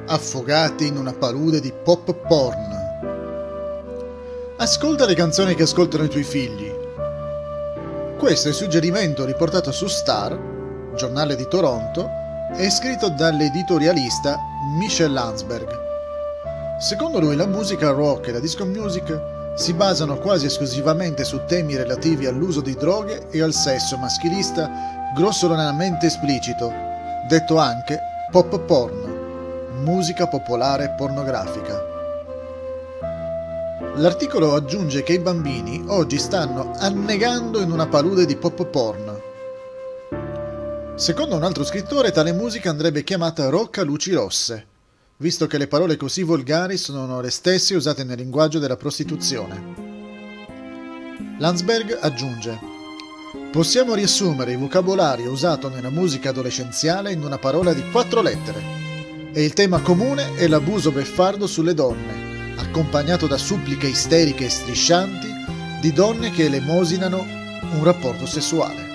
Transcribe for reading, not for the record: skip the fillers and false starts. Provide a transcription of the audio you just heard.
affogati in una palude di pop porn. Ascolta le canzoni che ascoltano i tuoi figli. Questo è il suggerimento riportato su Star, giornale di Toronto, e scritto dall'editorialista Michel Landsberg. Secondo lui la musica rock e la disco music si basano quasi esclusivamente su temi relativi all'uso di droghe e al sesso maschilista grossolanamente esplicito, detto anche pop porn, musica popolare pornografica. L'articolo aggiunge che i bambini oggi stanno annegando in una palude di pop porn. Secondo un altro scrittore, tale musica andrebbe chiamata rock a luci rosse, visto che le parole così volgari sono le stesse usate nel linguaggio della prostituzione. Landsberg aggiunge: possiamo riassumere il vocabolario usato nella musica adolescenziale in una parola di 4 lettere, e il tema comune è l'abuso beffardo sulle donne, accompagnato da suppliche isteriche e striscianti di donne che elemosinano un rapporto sessuale.